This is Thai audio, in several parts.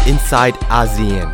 inside ASEAN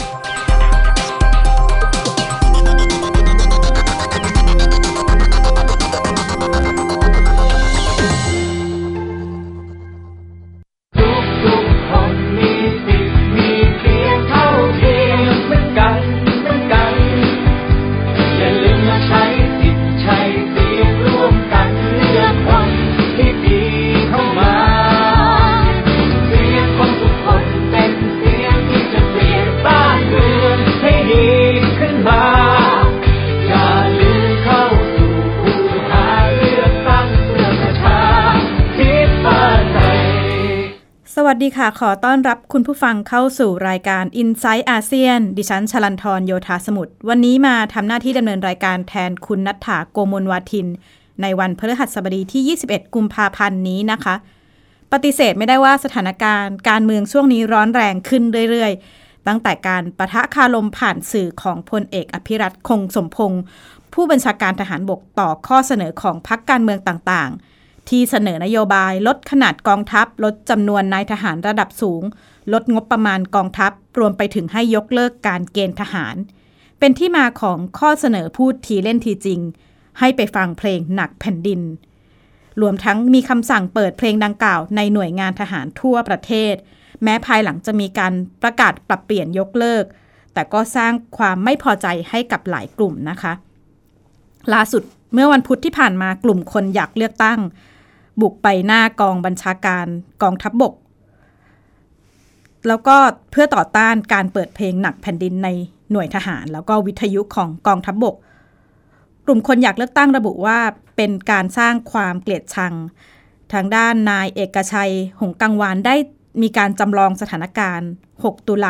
สวัสดีค่ะขอต้อนรับคุณผู้ฟังเข้าสู่รายการ Inside ASEAN ดิฉันชลันธรโยธาสมุทรวันนี้มาทำหน้าที่ดำเนินรายการแทนคุณณัฐฐาโกมลวาทินในวันพฤหัสบดีที่21กุมภาพันธ์นี้นะคะปฏิเสธไม่ได้ว่าสถานการณ์การเมืองช่วงนี้ร้อนแรงขึ้นเรื่อยๆตั้งแต่การปะทะคารมผ่านสื่อของพลเอกอภิรัตคงสมพงษ์ผู้บัญชาการทหารบกต่อข้อเสนอของพรรคการเมืองต่างๆที่เสนอนโยบายลดขนาดกองทัพลดจำนวนนายทหารระดับสูงลดงบประมาณกองทัพรวมไปถึงให้ยกเลิกการเกณฑ์ทหารเป็นที่มาของข้อเสนอพูดทีเล่นทีจริงให้ไปฟังเพลงหนักแผ่นดินรวมทั้งมีคำสั่งเปิดเพลงดังกล่าวในหน่วยงานทหารทั่วประเทศแม้ภายหลังจะมีการประกาศปรับเปลี่ยนยกเลิกแต่ก็สร้างความไม่พอใจให้กับหลายกลุ่มนะคะล่าสุดเมื่อวันพุธที่ผ่านมากลุ่มคนอยากเลือกตั้งบุกไปหน้ากองบัญชาการกองทัพบกแล้วก็เพื่อต่อต้านการเปิดเพลงหนักแผ่นดินในหน่วยทหารแล้วก็วิทยุของกองทัพบกกลุ่มคนอยากเลือกตั้งระบุว่าเป็นการสร้างความเกลียดชังทางด้านนายเอกชัยหงส์กังวานได้มีการจำลองสถานการณ์6ตุลา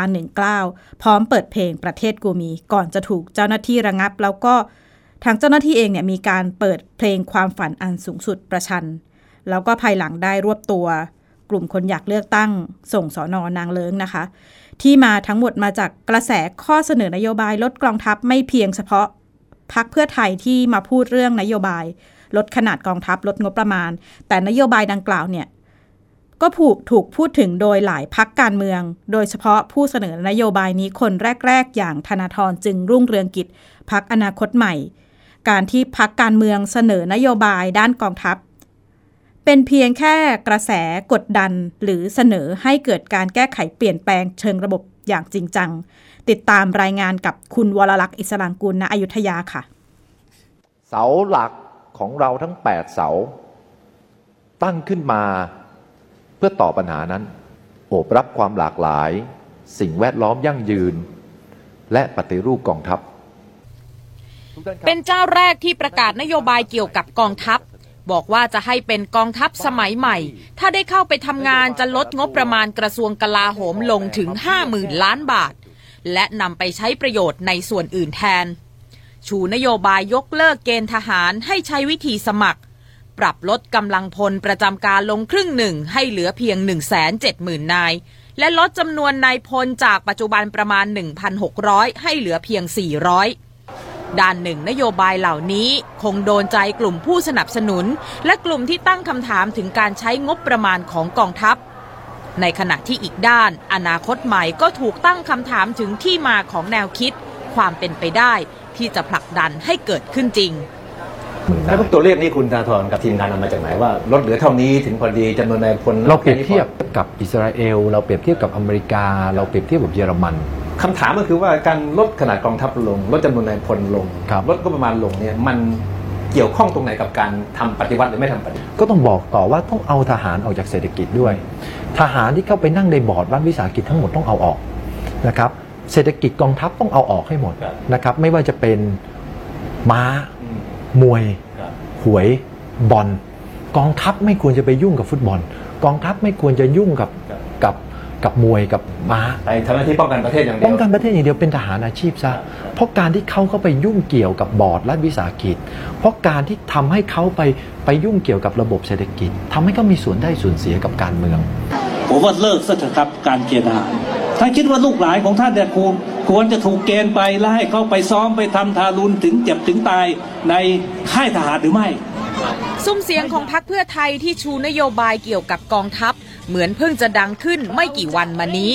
19พร้อมเปิดเพลงประเทศกูมีก่อนจะถูกเจ้าหน้าที่ระงับแล้วก็ทางเจ้าหน้าที่เองเนี่ยมีการเปิดเพลงความฝันอันสูงสุดประชันแล้วก็ภายหลังได้รวบตัวกลุ่มคนอยากเลือกตั้งส่งสน.นางเลิ้งนะคะที่มาทั้งหมดมาจากกระแสข้อเสนอนโยบายลดกองทัพไม่เพียงเฉพาะพรรคเพื่อไทยที่มาพูดเรื่องนโยบายลดขนาดกองทัพลดงบประมาณแต่นโยบายดังกล่าวเนี่ยก็ถูกพูดถึงโดยหลายพรรคการเมืองโดยเฉพาะผู้เสนอนโยบายนี้คนแรกๆอย่างธนาธรจึงรุ่งเรืองกิจพรรคอนาคตใหม่การที่พรรคการเมืองเสนอนโยบายด้านกองทัพเป็นเพียงแค่กระแสกดดันหรือเสนอให้เกิดการแก้ไขเปลี่ยนแปลงเชิงระบบอย่างจริงจังติดตามรายงานกับคุณวรลักษณ์อิสรางกูลณอยุธยาค่ะเสาหลักของเราทั้ง8เสาตั้งขึ้นมาเพื่อตอบปัญหานั้นโอบรับความหลากหลายสิ่งแวดล้อมยั่งยืนและปฏิรูปกองทัพเป็นเจ้าแรกที่ประกาศนโยบายเกี่ยวกับกองทัพบอกว่าจะให้เป็นกองทัพสมัยใหม่ถ้าได้เข้าไปทำงานจะลดงบประมาณกระทรวงกลาโหมลงถึง 50,000 ล้านบาทและนำไปใช้ประโยชน์ในส่วนอื่นแทนชูนโยบายยกเลิกเกณฑ์ทหารให้ใช้วิธีสมัครปรับลดกำลังพลประจำการลงครึ่งหนึ่งให้เหลือเพียง 170,000 นายและลดจำนวนนายพลจากปัจจุบันประมาณ 1,600 ให้เหลือเพียง 400ด้านหนึ่งนโยบายเหล่านี้คงโดนใจกลุ่มผู้สนับสนุนและกลุ่มที่ตั้งคำถามถึงการใช้งบประมาณของกองทัพในขณะที่อีกด้านอนาคตใหม่ก็ถูกตั้งคำถามถึงที่มาของแนวคิดความเป็นไปได้ที่จะผลักดันให้เกิดขึ้นจริงแล้วตัวเลขนี้คุณธนาธรกับทีมงานนำมาจากไหนว่าลดเหลือเท่านี้ถึงพอดีจำนวนนายพลเราเปรียบเทียบกับอิสราเอลเราเปรียบเทียบกับอเมริกาเราเปรียบเทียบกับเยอรมันคำถามก็คือว่าการลดขนาดกองทัพลงลดจำนวนนายพลลงลดงบประมาณลงเนี่ยมันเกี่ยวข้องตรงไหนกับการทำปฏิวัติหรือไม่ทำปฏิวัติก็ต้องบอกต่อว่าต้องเอาทหารออกจากเศรษฐกิจด้วยทหารที่เข้าไปนั่งในบอร์ดรัฐวิสาหกิจทั้งหมดต้องเอาออกนะครับเศรษฐกิจกองทัพต้องเอาออกให้หมดนะครับไม่ว่าจะเป็นม้ามวยหวยบอลกองทัพไม่ควรจะไปยุ่งกับฟุตบอลกองทัพไม่ควรจะยุ่งกับมวยกับม้าไปทำหน้าที่ป้องกันประเทศอย่างเดียวป้องกันประเทศอย่างเดียวเป็นทหารอาชีพซะเพราะการที่เขาเข้าไปยุ่งเกี่ยวกับบอร์ดรัฐวิสาหกิจเพราะการที่ทำให้เขาไปยุ่งเกี่ยวกับระบบเศรษฐกิจทำให้เขามีส่วนได้ส่วนเสียกับการเมืองผมว่าเลิกซะเถอะครับการเกณฑ์ทหารถ้าคิดว่าลูกหลานของท่านเนี่ยควรจะถูกเกณฑ์ไปแล้วให้เขาไปซ้อมไปทำทารุณถึงเจ็บถึงตายในค่ายทหารหรือไม่ซุ้มเสียงของพรรคเพื่อไทยที่ชูนโยบายเกี่ยวกับกองทัพเหมือนเพิ่งจะดังขึ้นไม่กี่วันมานี้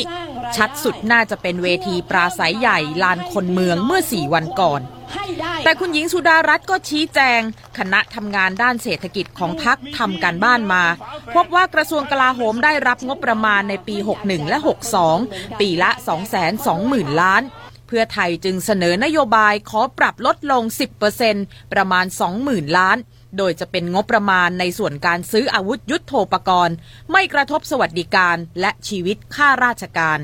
ชัดสุดน่าจะเป็นเวทีปราศัยใหญ่ลานคนเมืองเมื่อ4 วันก่อนแต่คุณหญิงสุดารัตน์ก็ชี้แจงคณะทำงานด้านเศรษฐกิจของพรรคทำการบ้านมาพบว่ากระทรวงกลาโหมได้รับงบประมาณในปี 61 และ 62 ปีละ 220,000 ล้านเพื่อไทยจึงเสนอนโยบายขอปรับลดลง 10% ประมาณ 20,000 ล้านโดยจะเป็นงบประมาณในส่วนการซื้ออาวุธยุทโธปกรณ์ไม่กระทบสวัสดิการและชีวิตข้าราชการ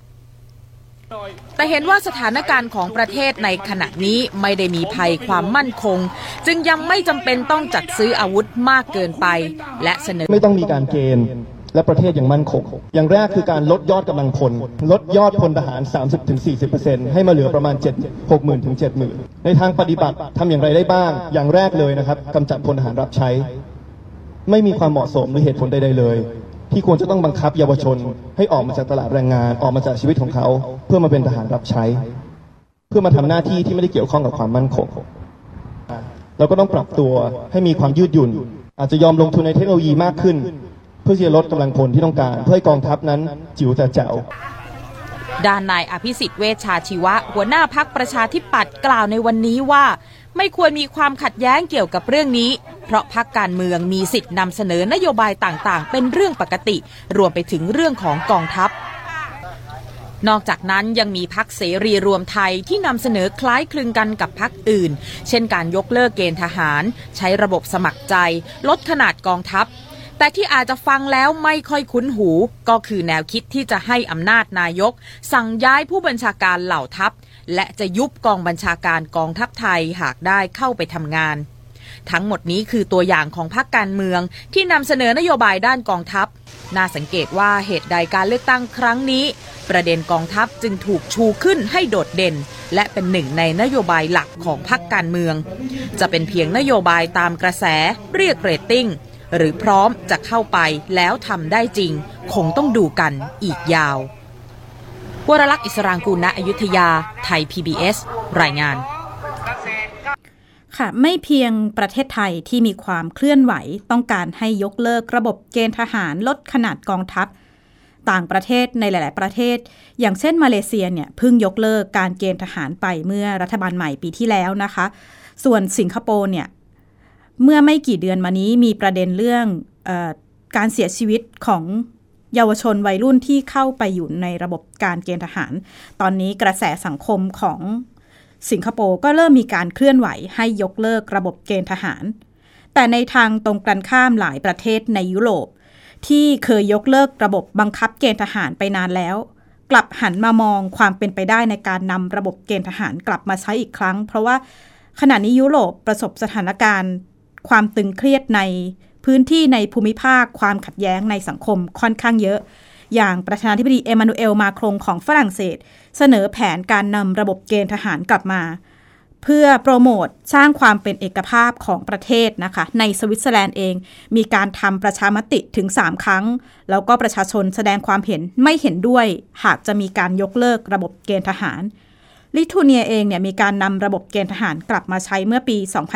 แต่เห็นว่าสถานการณ์ของประเทศในขณะนี้ไม่ได้มีภัยความมั่นคงจึงยังไม่จำเป็นต้องจัดซื้ออาวุธมากเกินไปและเสนอไม่ต้องมีการเกณฑ์และประเทศยังมั่นคงอย่างแรกคือการลดยอดกำลังพลลดยอดพลทหาร 30-40% ให้มาเหลือประมาณ 60,000 ถึง 70,000 ในทางปฏิบัติทำอย่างไรได้บ้างอย่างแรกเลยนะครับกำจัดพลทหารรับใช้ไม่มีความเหมาะสมหรือเหตุผลใดๆเลยที่ควรจะต้องบังคับเยาวชนให้ออกมาจากตลาดแรงงานออกมาจากชีวิตของเขาเพื่อมาเป็นทหารรับใช้เพื่อมาทำหน้าที่ที่ไม่ได้เกี่ยวข้องกับความมั่นคงเราก็ต้องปรับตัวให้มีความยืดหยุ่นอาจจะยอมลงทุนในเทคโนโลยีมากขึ้นเพื่อที่จะลดกำลังพลที่ต้องการเพื่อให้กองทัพนั้นจิ๋วแต่แจ๋วด้านนายอภิสิทธิ์เวชชาชีวะหัวหน้าพรรคประชาธิปัตย์กล่าวในวันนี้ว่าไม่ควรมีความขัดแย้งเกี่ยวกับเรื่องนี้เพราะพรรคการเมืองมีสิทธิ์นำเสนอนโยบายต่างๆเป็นเรื่องปกติรวมไปถึงเรื่องของกองทัพนอกจากนั้นยังมีพรรคเสรีรวมไทยที่นำเสนอคล้ายคลึงกันกับพรรคอื่นเช่นการยกเลิกเกณฑ์ทหารใช้ระบบสมัครใจลดขนาดกองทัพแต่ที่อาจจะฟังแล้วไม่ค่อยคุ้นหูก็คือแนวคิดที่จะให้อำนาจนายกสั่งย้ายผู้บัญชาการเหล่าทัพและจะยุบกองบัญชาการกองทัพไทยหากได้เข้าไปทำงานทั้งหมดนี้คือตัวอย่างของพรรคการเมืองที่นำเสนอนโยบายด้านกองทัพน่าสังเกตว่าเหตุใดการเลือกตั้งครั้งนี้ประเด็นกองทัพจึงถูกชูขึ้นให้โดดเด่นและเป็นหนึ่งในนโยบายหลักของพรรคการเมืองจะเป็นเพียงนโยบายตามกระแสเรียกเรตติ้งหรือพร้อมจะเข้าไปแล้วทำได้จริงคงต้องดูกันอีกยาววรลักษณ์อิสรางกูล ณ อยุธยาไทย PBS รายงานค่ะไม่เพียงประเทศไทยที่มีความเคลื่อนไหวต้องการให้ยกเลิกระบบเกณฑ์ทหารลดขนาดกองทัพต่างประเทศในหลายๆประเทศอย่างเช่นมาเลเซียเนี่ยเพิ่งยกเลิกการเกณฑ์ทหารไปเมื่อรัฐบาลใหม่ปีที่แล้วนะคะส่วนสิงคโปร์เนี่ยเมื่อไม่กี่เดือนมานี้มีประเด็นเรื่องการเสียชีวิตของเยาวชนวัยรุ่นที่เข้าไปอยู่ในระบบการเกณฑ์ทหารตอนนี้กระแสสังคมของสิงคโปร์ก็เริ่มมีการเคลื่อนไหวให้ยกเลิกระบบเกณฑ์ทหารแต่ในทางตรงกันข้ามหลายประเทศในยุโรปที่เคยยกเลิกระบบบังคับเกณฑ์ทหารไปนานแล้วกลับหันมามองความเป็นไปได้ในการนำระบบเกณฑ์ทหารกลับมาใช้อีกครั้งเพราะว่าขณะนี้ยุโรปประสบสถานการณ์ความตึงเครียดในพื้นที่ในภูมิภาคความขัดแย้งในสังคมค่อนข้างเยอะอย่างประธานาธิบดีเอมานูเอลมาครงของฝรั่งเศสเสนอแผนการนำระบบเกณฑ์ทหารกลับมาเพื่อโปรโมทสร้างความเป็นเอกภาพของประเทศนะคะในสวิตเซอร์แลนด์เองมีการทำประชามติถึง3ครั้งแล้วก็ประชาชนแสดงความเห็นไม่เห็นด้วยหากจะมีการยกเลิกระบบเกณฑ์ทหารลิทัวเนียเองเนี่ยมีการนำระบบเกณฑ์ทหารกลับมาใช้เมื่อปี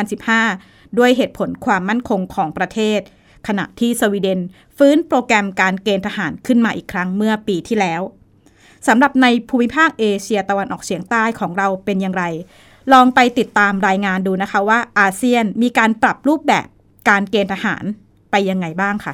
2015ด้วยเหตุผลความมั่นคงของประเทศขณะที่สวีเดนฟื้นโปรแกรมการเกณฑ์ทหารขึ้นมาอีกครั้งเมื่อปีที่แล้วสำหรับในภูมิภาคเอเชียตะวันออกเฉียงใต้ของเราเป็นอย่างไรลองไปติดตามรายงานดูนะคะว่าอาเซียนมีการปรับรูปแบบการเกณฑ์ทหารไปยังไงบ้างค่ะ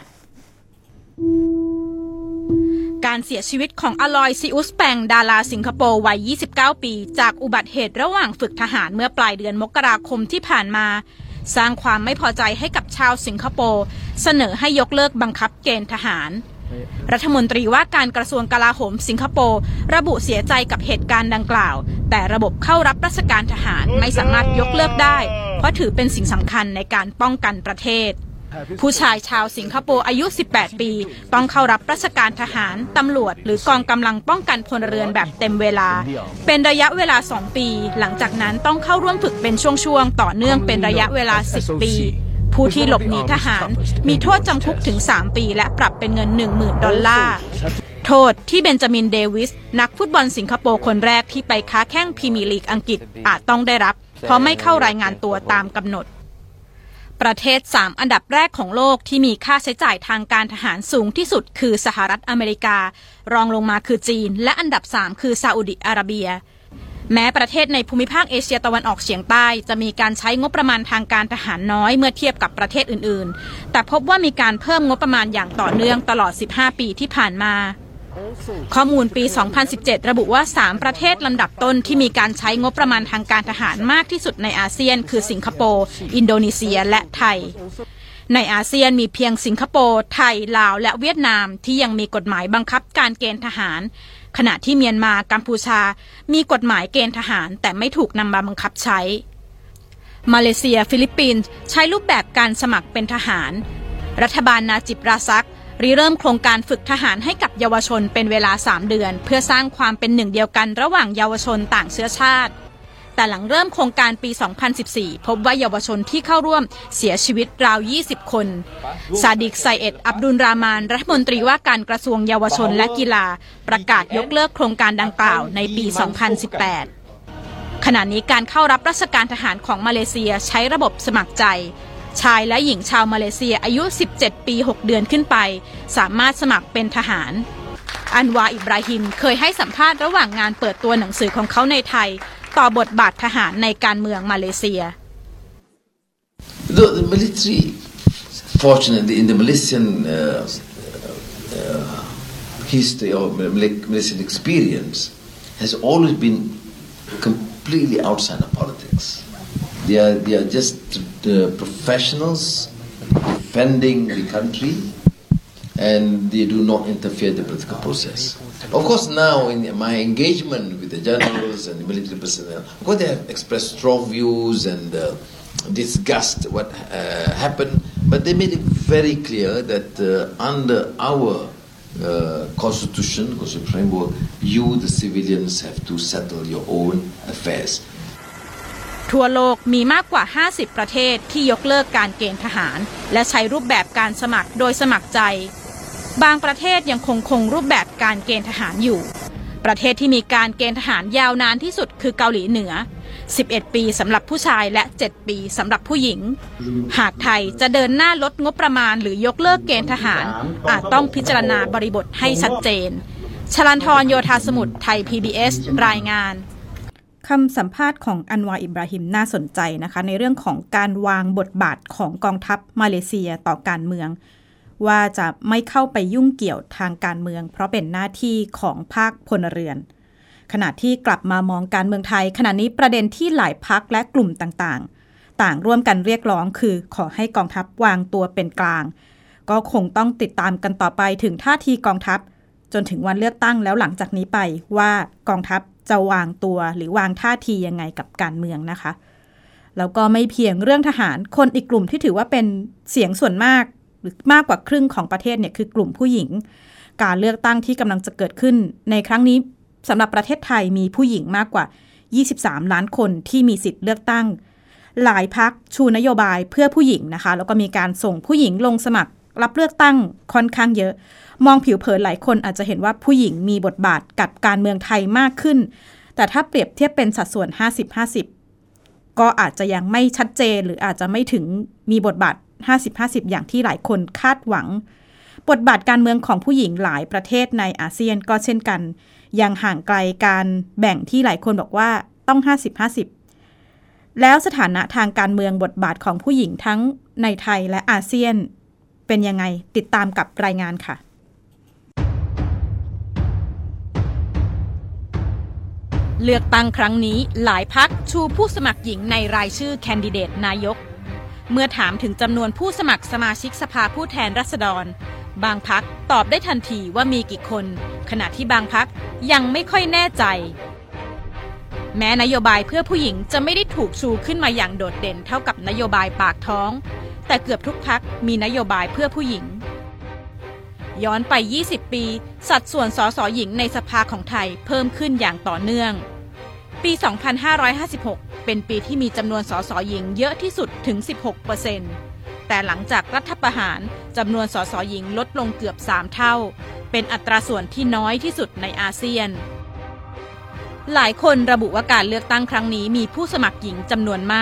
การเสียชีวิตของอลอยซิอุสแปงดาราสิงคโปร์วัย29ปีจากอุบัติเหตุระหว่างฝึกทหารเมื่อปลายเดือนมกราคมที่ผ่านมาสร้างความไม่พอใจให้กับชาวสิงคโปร์เสนอให้ยกเลิกบังคับเกณฑ์ทหารรัฐมนตรีว่าการกระทรวงกลาโหมสิงคโปร์ระบุเสียใจกับเหตุการณ์ดังกล่าวแต่ระบบเข้ารับราชการทหารไม่สามารถยกเลิกได้เพราะถือเป็นสิ่งสำคัญในการป้องกันประเทศผู้ชายชาวสิงคโปร์อายุ18ปีต้องเข้ารับราชการทหารตำรวจหรือกองกำลังป้องกันพลเรือนแบบเต็มเวลาเป็นระยะเวลา2ปีหลังจากนั้นต้องเข้าร่วมฝึกเป็นช่วงๆต่อเนื่องเป็นระยะเวลา10ปีผู้ที่หลบหนีทหารมีโทษจำคุกถึง3ปีและปรับเป็นเงิน $10,000 โทษที่เบนจามินเดวิสนักฟุตบอลสิงคโปร์คนแรกที่ไปค้าแข้งพรีเมียร์ลีกอังกฤษอาจต้องได้รับเพราะไม่เข้ารายงานตัวตามกำหนดปประเทศ3อันดับแรกของโลกที่มีค่าใช้จ่ายทางการทหารสูงที่สุดคือสหรัฐอเมริการองลงมาคือจีนและอันดับ3คือซาอุดิอาระเบียแม้ประเทศในภูมิภาคเอเชียตะวันออกเฉียงใต้จะมีการใช้งบประมาณทางการทหารน้อยเมื่อเทียบกับประเทศอื่นๆแต่พบว่ามีการเพิ่มงบประมาณอย่างต่อเนื่องตลอด15ปีที่ผ่านมาข้อมูลปี 2017 ระบุว่า3ประเทศลำดับต้นที่มีการใช้งบประมาณทางการทหารมากที่สุดในอาเซียนคือสิงคโปร์อินโดนีเซียและไทยในอาเซียนมีเพียงสิงคโปร์ไทยลาวและเวียดนามที่ยังมีกฎหมายบังคับการเกณฑ์ทหารขณะที่เมียนมากัมพูชามีกฎหมายเกณฑ์ทหารแต่ไม่ถูกนำมาบังคับใช้มาเลเซียฟิลิปปินส์ใช้รูปแบบการสมัครเป็นทหารรัฐบาลนาจิบราซักริเริ่มโครงการฝึกทหารให้กับเยาวชนเป็นเวลา3เดือนเพื่อสร้างความเป็นหนึ่งเดียวกันระหว่างเยาวชนต่างเชื้อชาติแต่หลังเริ่มโครงการปี 2014 พบว่าเยาวชนที่เข้าร่วมเสียชีวิตราว20คนซาดิกไซเอ็ดอับดุลรามานรัฐมนตรีว่าการกระทรวงเยาวชนและกีฬาประกาศยกเลิกโครงการดังกล่าวในปี 2018 ขณะนี้การเข้ารับราชการทหารของมาเลเซียใช้ระบบสมัครใจชายและหญิงชาวมาเลเซียอายุ17ปี6เดือนขึ้นไปสามารถสมัครเป็นทหารอันวาอิบราฮิมเคยให้สัมภาษณ์ระหว่างงานเปิดตัวหนังสือของเขาในไทยต่อบทบาททหารในการเมืองมาเลเซีย The military, fortunately, in the Malaysian history or Malaysian experience, has always been completely outside of politics. They are just professionals defending the country, and they do not interfere in the political process. Of course, now in my engagement with the generals and the military personnel, of course they have expressed strong views and discussed what happened, but they made it very clear that under our constitution framework, you, the civilians, have to settle your own affairs. ทั่วโลกมีมากกว่า50ประเทศที่ยกเลิกการเกณฑ์ทหารและใช้รูปแบบการสมัครโดยสมัครใจบางประเทศยังคงรูปแบบการเกณฑ์ทหารอยู่ประเทศที่มีการเกณฑ์ทหารยาวนานที่สุดคือเกาหลีเหนือ11ปีสำหรับผู้ชายและ7ปีสำหรับผู้หญิงหากไทยจะเดินหน้าลดงบประมาณหรือยกเลิกเกณฑ์ทหารอาจต้องพิจารณาบริบทให้ชัดเจนชลันทรโยธาสมุทรไทย PBS รายงานคำสัมภาษณ์ของอันวาอิบราฮิมน่าสนใจนะคะในเรื่องของการวางบทบาทของกองทัพมาเลเซียต่อการเมืองว่าจะไม่เข้าไปยุ่งเกี่ยวทางการเมืองเพราะเป็นหน้าที่ของภาคพลเรือนขณะที่กลับมามองการเมืองไทยขณะนี้ประเด็นที่หลายพรรคและกลุ่มต่างๆต่างร่วมกันเรียกร้องคือขอให้กองทัพวางตัวเป็นกลางก็คงต้องติดตามกันต่อไปถึงท่าทีกองทัพจนถึงวันเลือกตั้งแล้วหลังจากนี้ไปว่ากองทัพจะวางตัวหรือวางท่าทียังไงกับการเมืองนะคะแล้วก็ไม่เพียงเรื่องทหารคนอีกกลุ่มที่ถือว่าเป็นเสียงส่วนมากหรือมากกว่าครึ่งของประเทศเนี่ยคือกลุ่มผู้หญิงการเลือกตั้งที่กำลังจะเกิดขึ้นในครั้งนี้สำหรับประเทศไทยมีผู้หญิงมากกว่า23ล้านคนที่มีสิทธิ์เลือกตั้งหลายพรรคชูนโยบายเพื่อผู้หญิงนะคะแล้วก็มีการส่งผู้หญิงลงสมัครรับเลือกตั้งค่อนข้างเยอะมองผิวเผินหลายคนอาจจะเห็นว่าผู้หญิงมีบทบาทกับการเมืองไทยมากขึ้นแต่ถ้าเปรียบเทียบเป็นสัดส่วน 50-50 ก็อาจจะยังไม่ชัดเจนหรืออาจจะไม่ถึงมีบทบาท 50-50 อย่างที่หลายคนคาดหวังบทบาทการเมืองของผู้หญิงหลายประเทศในอาเซียนก็เช่นกันยังห่างไกลการแบ่งที่หลายคนบอกว่าต้อง 50-50 แล้วสถานะทางการเมืองบทบาทของผู้หญิงทั้งในไทยและอาเซียนเป็นยังไงติดตามกับรายงานค่ะเลือกตั้งครั้งนี้หลายพรรคชูผู้สมัครหญิงในรายชื่อแคนดิเดตนายกเมื่อถามถึงจำนวนผู้สมัครสมาชิกสภาผู้แทนราษฎรบางพรรคตอบได้ทันทีว่ามีกี่คนขณะที่บางพรรคยังไม่ค่อยแน่ใจแม้นโยบายเพื่อผู้หญิงจะไม่ได้ถูกชูขึ้นมาอย่างโดดเด่นเท่ากับนโยบายปากท้องแต่เกือบทุกพรรคมีนโยบายเพื่อผู้หญิงย้อนไป20ปีสัดส่วนสสหญิงในสภาของไทยเพิ่มขึ้นอย่างต่อเนื่องปี 2556 เป็นปีที่มีจำนวนสสหญิงเยอะที่สุดถึง 16% แต่หลังจากรัฐประหารจำนวนสสหญิงลดลงเกือบ3เท่าเป็นอัตราส่วนที่น้อยที่สุดในอาเซียนหลายคนระบุว่าการเลือกตั้งครั้งนี้มีผู้สมัครหญิงจำนวนมาก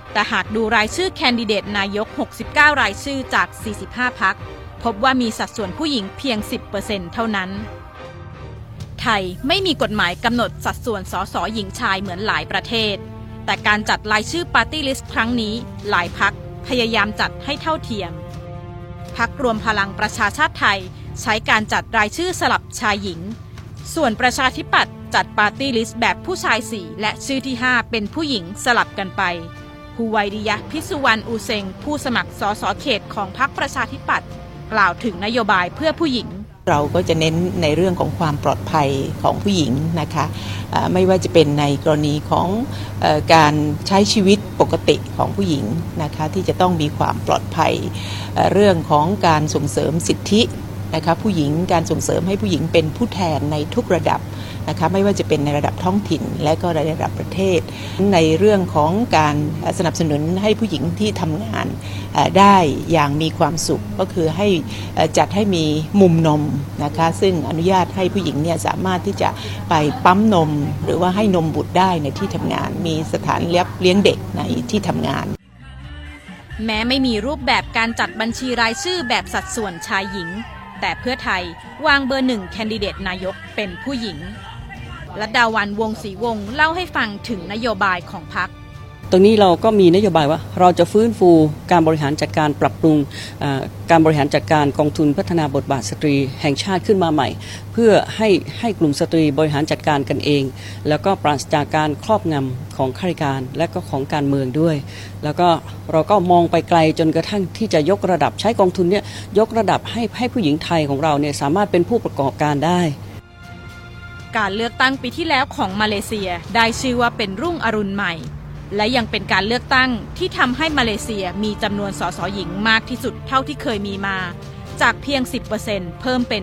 แต่หากดูรายชื่อแคนดิเดตนายก69รายชื่อจาก45พรรคพบว่ามีสัดส่วนผู้หญิงเพียง 10% เท่านั้นไทยไม่มีกฎหมายกำหนดสัดส่วนสสหญิงชายเหมือนหลายประเทศแต่การจัดรายชื่อปาร์ตี้ลิสต์ครั้งนี้หลายพรรคพยายามจัดให้เท่าเทียมพรรครวมพลังประชาชาติไทยใช้การจัดรายชื่อสลับชายหญิงส่วนประชาธิปัตย์จัดปาร์ตี้ลิสต์แบบผู้ชาย4และชื่อที่5เป็นผู้หญิงสลับกันไปฮูไวดิยะห์ พิสุวรรณ อูเซงผู้สมัครสสเขตของพรรคประชาธิปัตย์กล่าวถึงนโยบายเพื่อผู้หญิงเราก็จะเน้นในเรื่องของความปลอดภัยของผู้หญิงนะคะไม่ว่าจะเป็นในกรณีของการใช้ชีวิตปกติของผู้หญิงนะคะที่จะต้องมีความปลอดภัยเรื่องของการส่งเสริมสิทธินะคะผู้หญิงการส่งเสริมให้ผู้หญิงเป็นผู้แทนในทุกระดับนะคะไม่ว่าจะเป็นในระดับท้องถิ่นและก็ในระดับประเทศในเรื่องของการสนับสนุนให้ผู้หญิงที่ทำงานได้อย่างมีความสุขก็คือให้จัดให้มีมุมนมนะคะซึ่งอนุญาตให้ผู้หญิงเนี่ยสามารถที่จะไปปั๊มนมหรือว่าให้นมบุตรได้ในที่ทำงานมีสถานเลี้ยงเด็กในที่ทำงานแม้ไม่มีรูปแบบการจัดบัญชีรายชื่อแบบสัดส่วนชายหญิงแต่เพื่อไทยวางเบอร์1แคนดิเดตนายกเป็นผู้หญิงรัตดาวัน วงศ์ศรีวงศ์เล่าให้ฟังถึงนโยบายของพรรคตรงนี้เราก็มีนโยบายว่าเราจะฟื้นฟูการบริหารจัดการปรับปรุงการบริหารจัดการกองทุนพัฒนาบทบาทสตรีแห่งชาติขึ้นมาใหม่เพื่อให้กลุ่มสตรีบริหารจัดการกันเองแล้วก็ปราศจากการครอบงำของข้าราชการและก็ของการเมืองด้วยแล้วก็เราก็มองไปไกลจนกระทั่งที่จะยกระดับใช้กองทุนเนี่ยยกระดับให้ผู้หญิงไทยของเราเนี่ยสามารถเป็นผู้ประกอบการได้การเลือกตั้งปีที่แล้วของมาเลเซียได้ชื่อว่าเป็นรุ่งอรุณใหม่และยังเป็นการเลือกตั้งที่ทำให้มาเลเซียมีจำนวนสสหญิงมากที่สุดเท่าที่เคยมีมาจากเพียง 10% เพิ่มเป็น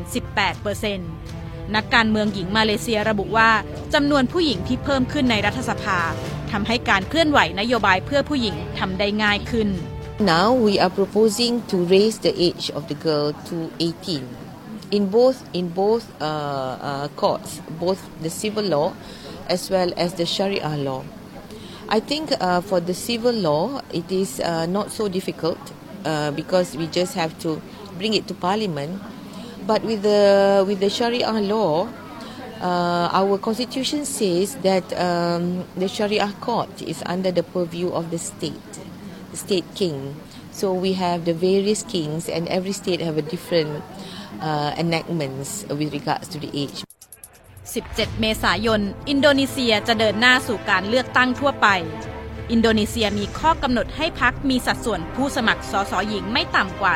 18%นักการเมืองหญิงมาเลเซียระบุว่าจำนวนผู้หญิงที่เพิ่มขึ้นในรัฐสภาทำให้การเคลื่อนไหวนโยบายเพื่อผู้หญิงทำได้ง่ายขึ้น Now we are proposing to raise the age of the girl to 18 in both courts, both the civil law as well as the Sharia law. I think for the civil law, it is not so difficult because we just have to bring it to Parliament. But with the Sharia law, our constitution says that the Sharia court is under the purview of the state king. So we have the various kings, and every state have a different enactments with regards to the age. 17 เมษายนอินโดนีเซียจะเดินหน้าสู่การเลือกตั้งทั่วไปอินโดนีเซียมีข้อกำหนดให้พรรคมีสัดส่วนผู้สมัครสสหญิงไม่ต่ำกว่า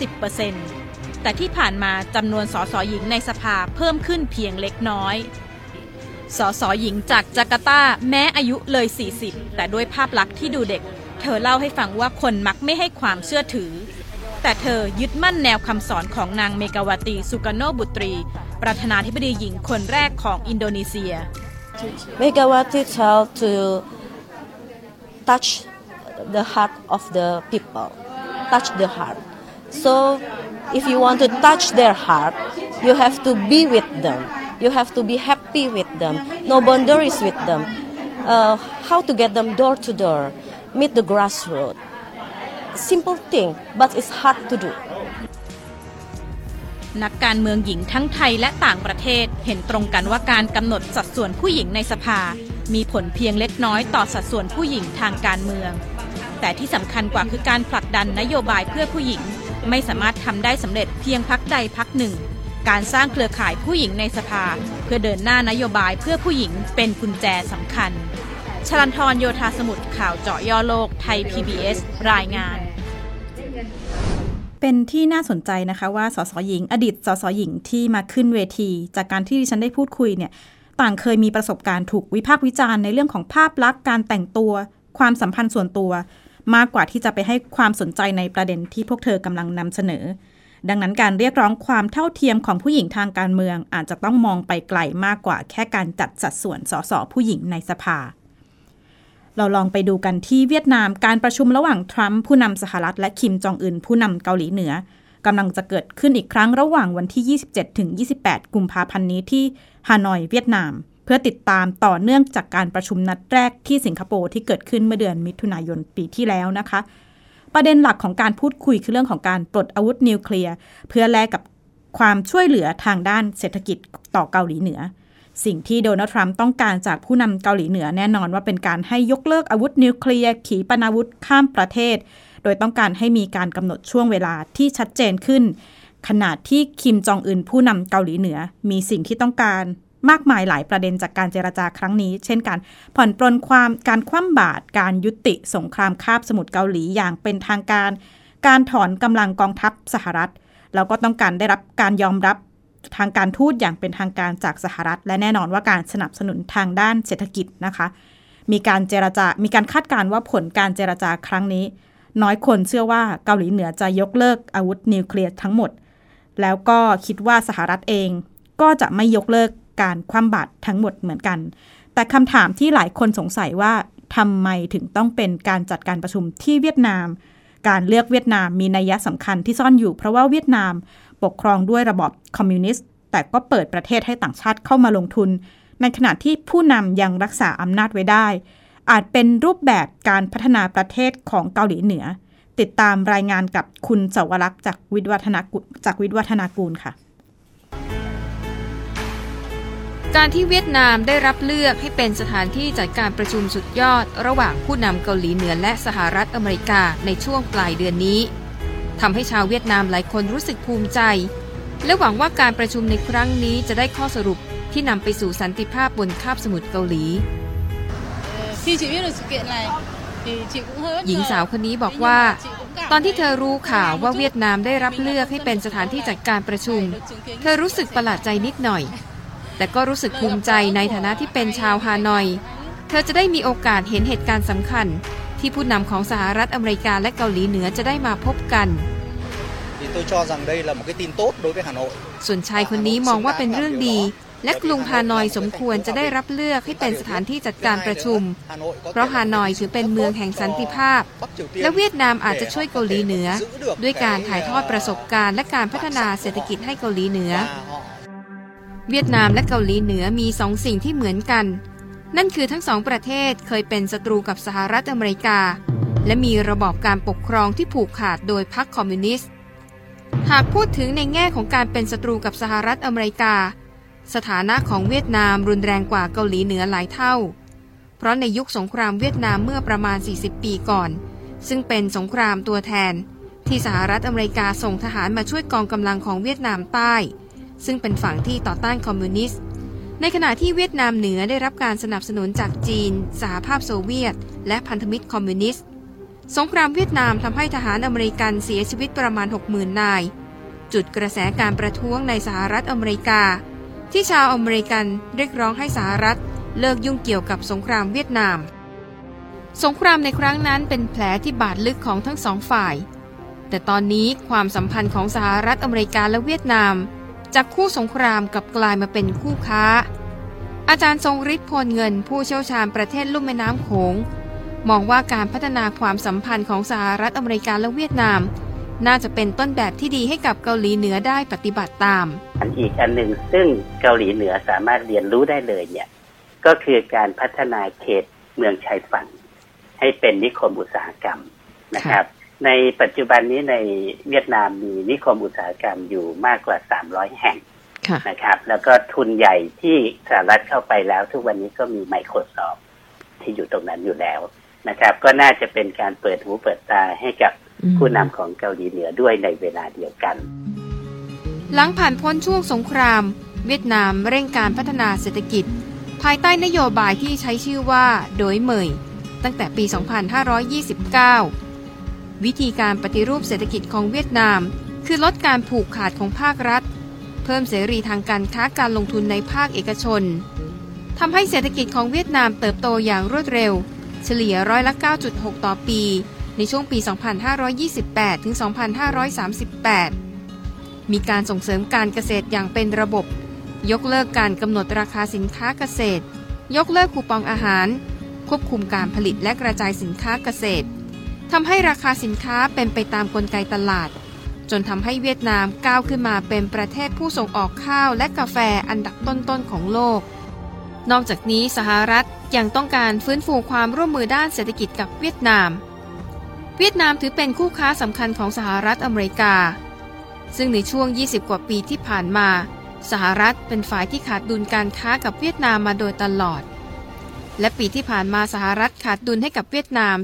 30% แต่ที่ผ่านมาจำนวนสสหญิงในสภาเพิ่มขึ้นเพียงเล็กน้อยสสหญิงจากจาการ์ตาแม้อายุเลย 40 แต่ด้วยภาพลักษณ์ที่ดูเด็กเธอเล่าให้ฟังว่าคนมักไม่ให้ความเชื่อถือแต่เธอยึดมั่นแนวคำสอนของนางเมกาวาตี สุการโนบุตรีประธานาธิบดีหญิงคนแรกของอินโดนีเซีย Megawati tell to touch the heart of the people, touch the heart. So if you want to touch their heart, you have to be with them. You have to be happy with them. No boundaries with them. How to get them door to door, meet the grassroots.Simple thing, but it's hard to do. นักการเมืองหญิงทั้งไทยและต่างประเทศเห็นตรงกันว่าการกำหนดสัดส่วนผู้หญิงในสภามีผลเพียงเล็กน้อยต่อสัดส่วนผู้หญิงทางการเมืองแต่ที่สำคัญกว่าคือการผลักดันนโยบายเพื่อผู้หญิงไม่สามารถทำได้สำเร็จเพียงพรรคใดพรรคหนึ่งการสร้างเครือข่ายผู้หญิงในสภาเพื่อเดินหน้านโยบายเพื่อผู้หญิงเป็นกุญแจสำคัญชลันทร โยธาสมุทรข่าวเจาะย่อโลกไทย PBS รายงานเป็นที่น่าสนใจนะคะว่าสสหญิงอดีตสสหญิงที่มาขึ้นเวทีจากการที่ดิฉันได้พูดคุยเนี่ยต่างเคยมีประสบการณ์ถูกวิพากษ์วิจารณ์ในเรื่องของภาพลักษณ์การแต่งตัวความสัมพันธ์ส่วนตัวมากกว่าที่จะไปให้ความสนใจในประเด็นที่พวกเธอกำลังนำเสนอดังนั้นการเรียกร้องความเท่าเทียมของผู้หญิงทางการเมืองอาจจะต้องมองไปไกลมากกว่าแค่การจัดสัดส่วนสสผู้หญิงในสภาเราลองไปดูกันที่เวียดนามการประชุมระหว่างทรัมป์ผู้นำสหรัฐและคิมจองอึนผู้นำเกาหลีเหนือกำลังจะเกิดขึ้นอีกครั้งระหว่างวันที่ 27-28 กุมภาพันธ์นี้ที่ฮานอยเวียดนามเพื่อติดตามต่อเนื่องจากการประชุมนัดแรกที่สิงคโปร์ที่เกิดขึ้นเมื่อเดือนมิถุนายนปีที่แล้วนะคะประเด็นหลักของการพูดคุยคือเรื่องของการปลดอาวุธนิวเคลียร์เพื่อแลกกับความช่วยเหลือทางด้านเศรษฐกิจต่อเกาหลีเหนือสิ่งที่โดนัลด์ทรัมป์ต้องการจากผู้นำเกาหลีเหนือแน่นอนว่าเป็นการให้ยกเลิกอาวุธนิวเคลียร์ขีปนาวุธข้ามประเทศโดยต้องการให้มีการกำหนดช่วงเวลาที่ชัดเจนขึ้นขณะที่คิมจองอึนผู้นำเกาหลีเหนือมีสิ่งที่ต้องการมากมายหลายประเด็นจากการเจรจาครั้งนี้เช่นการผ่อนปรนการคว่ำบาตรการยุติสงครามคาบสมุทรเกาหลีอย่างเป็นทางการถอนกำลังกองทัพสหรัฐแล้วก็ต้องการได้รับการยอมรับทางการทูตอย่างเป็นทางการจากสหรัฐและแน่นอนว่าการสนับสนุนทางด้านเศรษฐกิจนะคะมีการคาดการณ์ว่าผลการเจรจาครั้งนี้น้อยคนเชื่อว่าเกาหลีเหนือจะยกเลิกอาวุธนิวเคลียร์ทั้งหมดแล้วก็คิดว่าสหรัฐเองก็จะไม่ยกเลิกการคว่ำบาตรทั้งหมดเหมือนกันแต่คำถามที่หลายคนสงสัยว่าทำไมถึงต้องเป็นการจัดการประชุมที่เวียดนามการเลือกเวียดนามมีนัยสำคัญที่ซ่อนอยู่เพราะว่าเวียดนามปกครองด้วยระบอบคอมมิวนิสต์แต่ก็เปิดประเทศให้ต่างชาติเข้ามาลงทุนในขณะที่ผู้นำยังรักษาอำนาจไว้ได้อาจเป็นรูปแบบการพัฒนาประเทศของเกาหลีเหนือติดตามรายงานกับคุณเสาวรักษ์จากวิทย์วัฒนากูลค่ะการที่เวียดนามได้รับเลือกให้เป็นสถานที่จัดการประชุมสุดยอดระหว่างผู้นำเกาหลีเหนือและสหรัฐอเมริกาในช่วงปลายเดือนนี้ทำให้ชาวเวียดนามหลายคนรู้สึกภูมิใจและหวังว่าการประชุมในครั้งนี้จะได้ข้อสรุปที่นำไปสู่สันติภาพบนคาบสมุทรเกาหลีหญิงสาวคนนี้บอกว่าตอนที่เธอรู้ข่าวว่าเวียดนามได้รับเลือกให้เป็นสถานที่จัดการประชุมเธอรู้สึกประหลาดใจนิดหน่อยแต่ก็รู้สึกภูมิใจในฐานะที่เป็นชาวฮานอยเธอจะได้มีโอกาสเห็นเหตุการณ์สำคัญที่ผู้นำของสหรัฐอเมริกาและเกาหลีเหนือจะได้มาพบกันส่วนชายคนนี้มองว่าเป็นเรื่องดีและกรุงฮานอยสมควรจะได้รับเลือกให้เป็นสถานที่จัดการประชุมเพราะฮานอยถือเป็นเมืองแห่งสันติภาพและเวียดนามอาจจะช่วยเกาหลีเหนือด้วยการถ่ายทอดประสบการณ์และการพัฒนาเศรษฐกิจให้เกาหลีเหนือเวียดนามและเกาหลีเหนือมี2 สิ่งที่เหมือนกันนั่นคือทั้ง2ประเทศเคยเป็นศัตรูกับสหรัฐอเมริกาและมีระบอบการปกครองที่ผูกขาดโดยพรรคคอมมิวนิสต์หากพูดถึงในแง่ของการเป็นศัตรูกับสหรัฐอเมริกาสถานะของเวียดนามรุนแรงกว่าเกาหลีเหนือหลายเท่าเพราะในยุคสงครามเวียดนามเมื่อประมาณ40 ปีก่อนซึ่งเป็นสงครามตัวแทนที่สหรัฐอเมริกาส่งทหารมาช่วยกองกำลังของเวียดนามใต้ซึ่งเป็นฝั่งที่ต่อต้านคอมมิวนิสต์ในขณะที่เวียดนามเหนือได้รับการสนับสนุนจากจีนสหภาพโซเวียตและพันธมิตรคอมมิวนิสต์สงครามเวียดนามทำให้ทหารอเมริกันเสียชีวิตประมาณ 60,000 นายจุดกระแสการประท้วงในสหรัฐอเมริกาที่ชาวอเมริกันเรียกร้องให้สหรัฐเลิกยุ่งเกี่ยวกับสงครามเวียดนามสงครามในครั้งนั้นเป็นแผลที่บาดลึกของทั้งสองฝ่ายแต่ตอนนี้ความสัมพันธ์ของสหรัฐอเมริกาและเวียดนามจากคู่สงครามกลับกลายมาเป็นคู่ค้าอาจารย์ทรงฤทธิ์พลเงินผู้เชี่ยวชาญประเทศลุ่มแม่น้ำโขงมองว่าการพัฒนาความสัมพันธ์ของสหรัฐอเมริกาและเวียดนามน่าจะเป็นต้นแบบที่ดีให้กับเกาหลีเหนือได้ปฏิบัติตามอีกอันหนึ่งซึ่งเกาหลีเหนือสามารถเรียนรู้ได้เลยเนี่ยก็คือการพัฒนาเขตเมืองชายฝั่งให้เป็นนิคมอุตสาหกรรมนะครับในปัจจุบันนี้ในเวียดนามมีนิคมอุตสาหกรรมอยู่มากกว่า300แห่งนะครับแล้วก็ทุนใหญ่ที่สหรัฐเข้าไปแล้วทุกวันนี้ก็มี Microsoft ที่อยู่ตรงนั้นอยู่แล้วนะครับก็น่าจะเป็นการเปิดหูเปิดตาให้กับผู้นำของเกาหลีเหนือด้วยในเวลาเดียวกันหลังผ่านพ้นช่วงสงครามเวียดนามเร่งการพัฒนาเศรษฐกิจภายใต้นโยบายที่ใช้ชื่อว่าโดยเหมยตั้งแต่ปี 2529 วิธีการปฏิรูปเศรษฐกิจของเวียดนามคือลดการผูกขาดของภาครัฐเพิ่มเสรีทางการค้าการลงทุนในภาคเอกชนทำให้เศรษฐกิจของเวียดนามเติบโตอย่างรวดเร็วเฉลี่ย9.6% ต่อปีในช่วงปี 2528 ถึง 2538 มีการส่งเสริมการเกษตรอย่างเป็นระบบยกเลิกการกำหนดราคาสินค้าเกษตรยกเลิกคูปองอาหารควบคุมการผลิตและกระจายสินค้าเกษตรทำให้ราคาสินค้าเป็นไปตามกลไกตลาดจนทำให้เวียดนามก้าวขึ้นมาเป็นประเทศผู้ส่งออกข้าวและกาแฟอันดับต้นๆของโลกนอกจากนี้สหรัฐยังต้องการฟื้นฟูความร่วมมือด้านเศรษฐกิจกับเวียดนามถือเป็นคู่ค้าสำคัญของสหรัฐอเมริกาซึ่งในช่วง20กว่าปีที่ผ่านมาสหรัฐเป็นฝ่ายที่ขาดดุลการค้ากับเวียดนามมาโดยตลอดและปีที่ผ่านมาสหรัฐขาดดุลให้กับเวียดนาม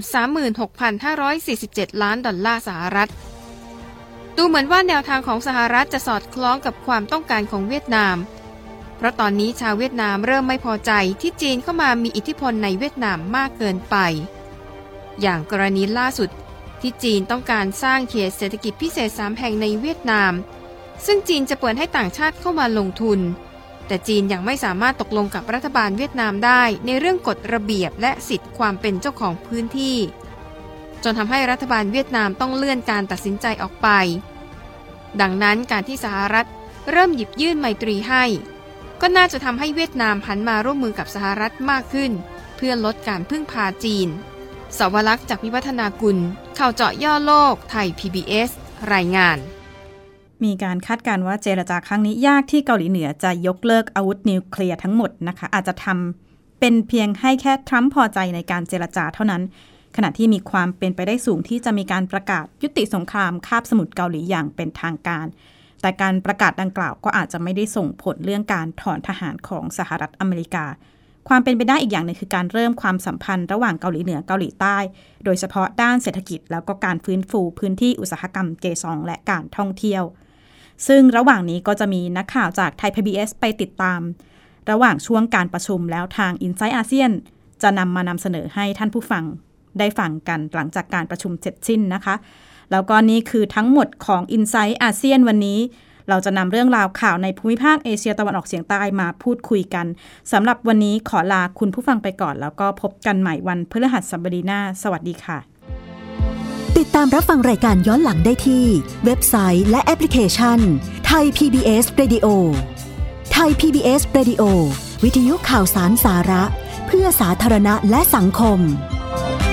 36,547 ล้านดอลลาร์สหรัฐดูเหมือนว่าแนวทางของสหรัฐจะสอดคล้องกับความต้องการของเวียดนามเพราะตอนนี้ชาวเวียดนามเริ่มไม่พอใจที่จีนเข้ามามีอิทธิพลในเวียดนามมากเกินไปอย่างกรณีล่าสุดที่จีนต้องการสร้างเขตเศรษฐกิจพิเศษ3แห่งในเวียดนามซึ่งจีนจะเปิดให้ต่างชาติเข้ามาลงทุนแต่จีนยังไม่สามารถตกลงกับรัฐบาลเวียดนามได้ในเรื่องกฎระเบียบและสิทธิความเป็นเจ้าของพื้นที่จนทำให้รัฐบาลเวียดนามต้องเลื่อนการตัดสินใจออกไปดังนั้นการที่สหรัฐเริ่มหยิบยื่นไมตรีให้ก็น่าจะทำให้เวียดนามหันมาร่วมมือกับสหรัฐมากขึ้นเพื่อลดการพึ่งพาจีนสวรักษ์จากวิวัฒนากุลข่าวเจาะย่อโลกไทย PBS รายงานมีการคาดการณ์ว่าเจรจาครั้งนี้ยากที่เกาหลีเหนือจะยกเลิกอาวุธนิวเคลียร์ทั้งหมดนะคะอาจจะทำเป็นเพียงให้แค่ทรัมป์พอใจในการเจรจาเท่านั้นขณะที่มีความเป็นไปได้สูงที่จะมีการประกาศยุติสงครามคาบสมุทรเกาหลีอย่างเป็นทางการแต่การประกาศดังกล่าวก็อาจจะไม่ได้ส่งผลเรื่องการถอนทหารของสหรัฐอเมริกาความเป็นไปได้อีกอย่างนึงคือการเริ่มความสัมพันธ์ระหว่างเกาหลีเหนือเกาหลีใต้โดยเฉพาะด้านเศรษฐกิจแล้วก็การฟื้นฟูพื้นที่อุตสาหกรรมเกษรและการท่องเที่ยวซึ่งระหว่างนี้ก็จะมีนักข่าวจากไทย PBS ไปติดตามระหว่างช่วงการประชุมแล้วทาง Inside ASEAN จะนำเสนอให้ท่านผู้ฟังได้ฟังกันหลังจากการประชุมเสร็จสิ้นนะคะแล้วก็นี่คือทั้งหมดของ Inside ASEAN วันนี้เราจะนำเรื่องราวข่าวในภูมิภาคเอเชียตะวันออกเฉียงใต้มาพูดคุยกันสำหรับวันนี้ขอลาคุณผู้ฟังไปก่อนแล้วก็พบกันใหม่วันพฤหัสบดีหน้าสวัสดีค่ะติดตามรับฟังรายการย้อนหลังได้ที่เว็บไซต์และแอปพลิเคชัน Thai PBS Radio Thai PBS Radio วิทยุข่าวสารสาระเพื่อสาธารณะและสังคม